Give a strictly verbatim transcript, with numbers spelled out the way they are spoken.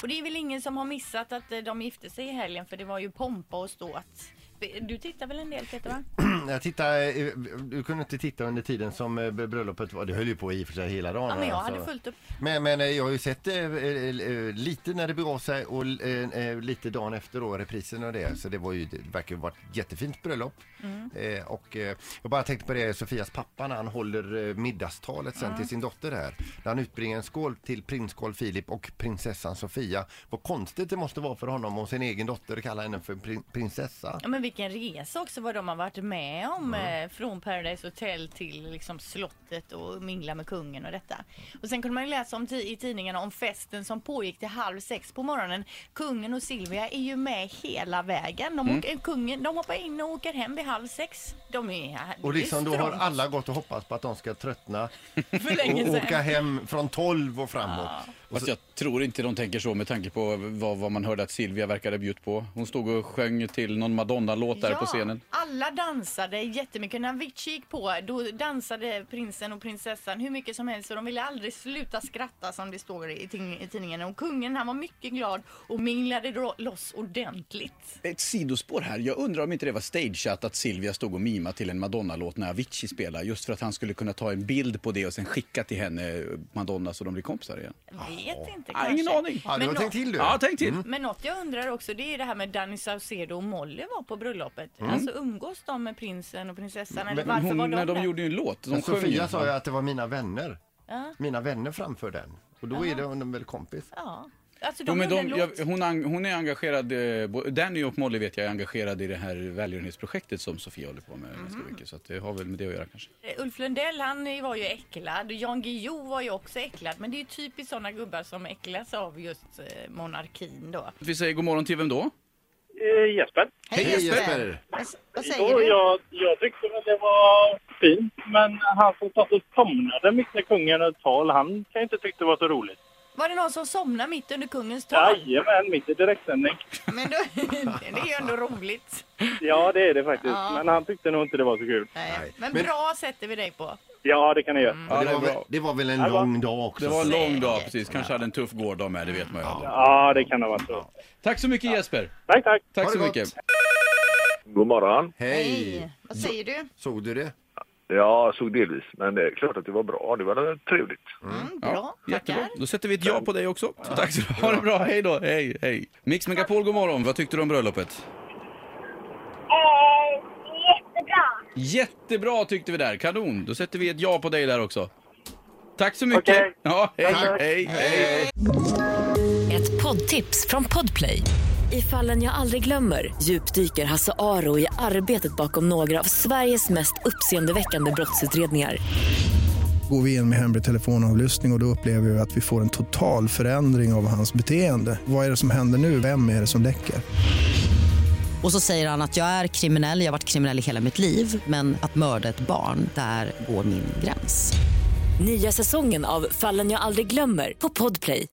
Och det är väl ingen som har missat att de gifte sig i helgen, för det var ju pompa och ståt. Du tittar väl en del, Peter, va? Jag tittar, du kunde inte titta under tiden som bröllopet var. Det höll ju på i och för sig hela dagen. Ja, men jag alltså. hade fullt upp. Men, men jag har ju sett eh, eh, lite när det begav sig och eh, lite dagen efter då, reprisen och det. Så det var ju, det verkar ju vara ett jättefint bröllop. Mm. Eh, och eh, jag bara tänkte på det, Sofias pappa när han håller eh, middagstalet sen mm. till sin dotter här. Där han utbringar en skål till prins Carl Philip och prinsessan Sofia. Vad konstigt det måste vara för honom och sin egen dotter kallar henne för prin- prinsessa. Ja, men vilken resa också vad de har varit med om mm. eh, från Paradise Hotel till liksom slottet och mingla med kungen och detta. Och sen kunde man ju läsa om t- i tidningarna om festen som pågick till halv sex på morgonen. Kungen och Silvia är ju med hela vägen. De, mm. åker, kungen, de hoppar in och åker hem vid halv sex. De är här. Och liksom då har alla gått och hoppats på att de ska tröttna för länge och sedan. Åka hem från tolv och framåt. Ja. Och Fast jag tror inte de tänker så med tanke på vad, vad man hörde att Silvia verkade bjud på. Hon stod och sjöng till någon Madonna-låt där ja, på scenen. Alla dansade jättemycket. När Avicii gick på, då dansade prinsen och prinsessan hur mycket som helst. Och de ville aldrig sluta skratta som det står i, i tidningen. Och kungen, han var mycket glad och minglade då loss ordentligt. Ett sidospår här. Jag undrar om inte det var stageat att Silvia stod och mima till en Madonna-låt när Avicii spelade. Just för att han skulle kunna ta en bild på det och sen skicka till henne Madonna så de blir kompisar igen. Jag vet inte, kanske. Ingen aning. Ja, du har tänkt till du. Ja, tänkt till. Mm. Men något jag undrar också, det är det här med Danny Saucedo och Molly var på bröllopet. Mm. Alltså umgås de med prinsen och prinsessan? Eller varför hon, var de när de där? gjorde ju en låt. De Sofia sa ju att det var mina vänner. Ja. Mina vänner framför den. Och då Aha. är det de väl kompis. Ja. Alltså, de de de, jag, hon, hon är engagerad, Danny och Molly vet jag är engagerad i det här välgörenhetsprojektet som Sofia håller på med mm. nästa vecka, så att det har väl med det att göra kanske. Ulf Lundell, han var ju äcklad, Jan Guillou var ju också äcklad, men det är ju typiskt sådana gubbar som äcklas av just eh, monarkin då. Vi säger god morgon till vem då? Eh, Jesper. Hej Jesper! Jesper. Vad, vad säger jo, du? Jag, jag tyckte att det var fint, men han som satt och somnade mitt när kungen ett tal, han kan inte tycka det var så roligt. Var det någon som somnade mitt under kungens tal? Jajamän, mitt i direktsändning. Men då, det är ju ändå roligt. Ja, det är det faktiskt. Ja. Men han tyckte nog inte det var så kul. Nej. Nej. Men, Men bra sätter vi dig på. Ja, det kan jag göra. Mm. Ja, det, var väl, det var väl en ja, lång dag också. Det var en lång dag, precis. Kanske hade en tuff gårdag med, det vet man ju. Ja, ja det kan ha varit så. Tack så mycket Jesper. Tack, tack. Tack så mycket. God morgon. Hej. Hej. Vad säger du? Såg du det? Ja, jag såg delvis. Men det är klart att det var bra. Det var trevligt. Mm, bra. Ja, jättebra. Då sätter vi ett ja på dig också. Ja. Tack så du ha det bra. Hej då. Hej, hej. Mix Megapol, god morgon. Vad tyckte du om bröllopet? Eh, jättebra. Jättebra tyckte vi där. Kanon. Då sätter vi ett ja på dig där också. Tack så mycket. Okay. Ja, hej, Tack. hej, hej. Ett poddtips från Podplay. I Fallen jag aldrig glömmer djupdyker Hasse Aro i arbetet bakom några av Sveriges mest uppseendeväckande brottsutredningar. Går vi in med hemlig telefonavlyssning och, och då upplever vi att vi får en total förändring av hans beteende. Vad är det som händer nu? Vem är det som läcker? Och så säger han att jag är kriminell, jag har varit kriminell i hela mitt liv. Men att mörda ett barn, där går min gräns. Nya säsongen av Fallen jag aldrig glömmer på Podplay.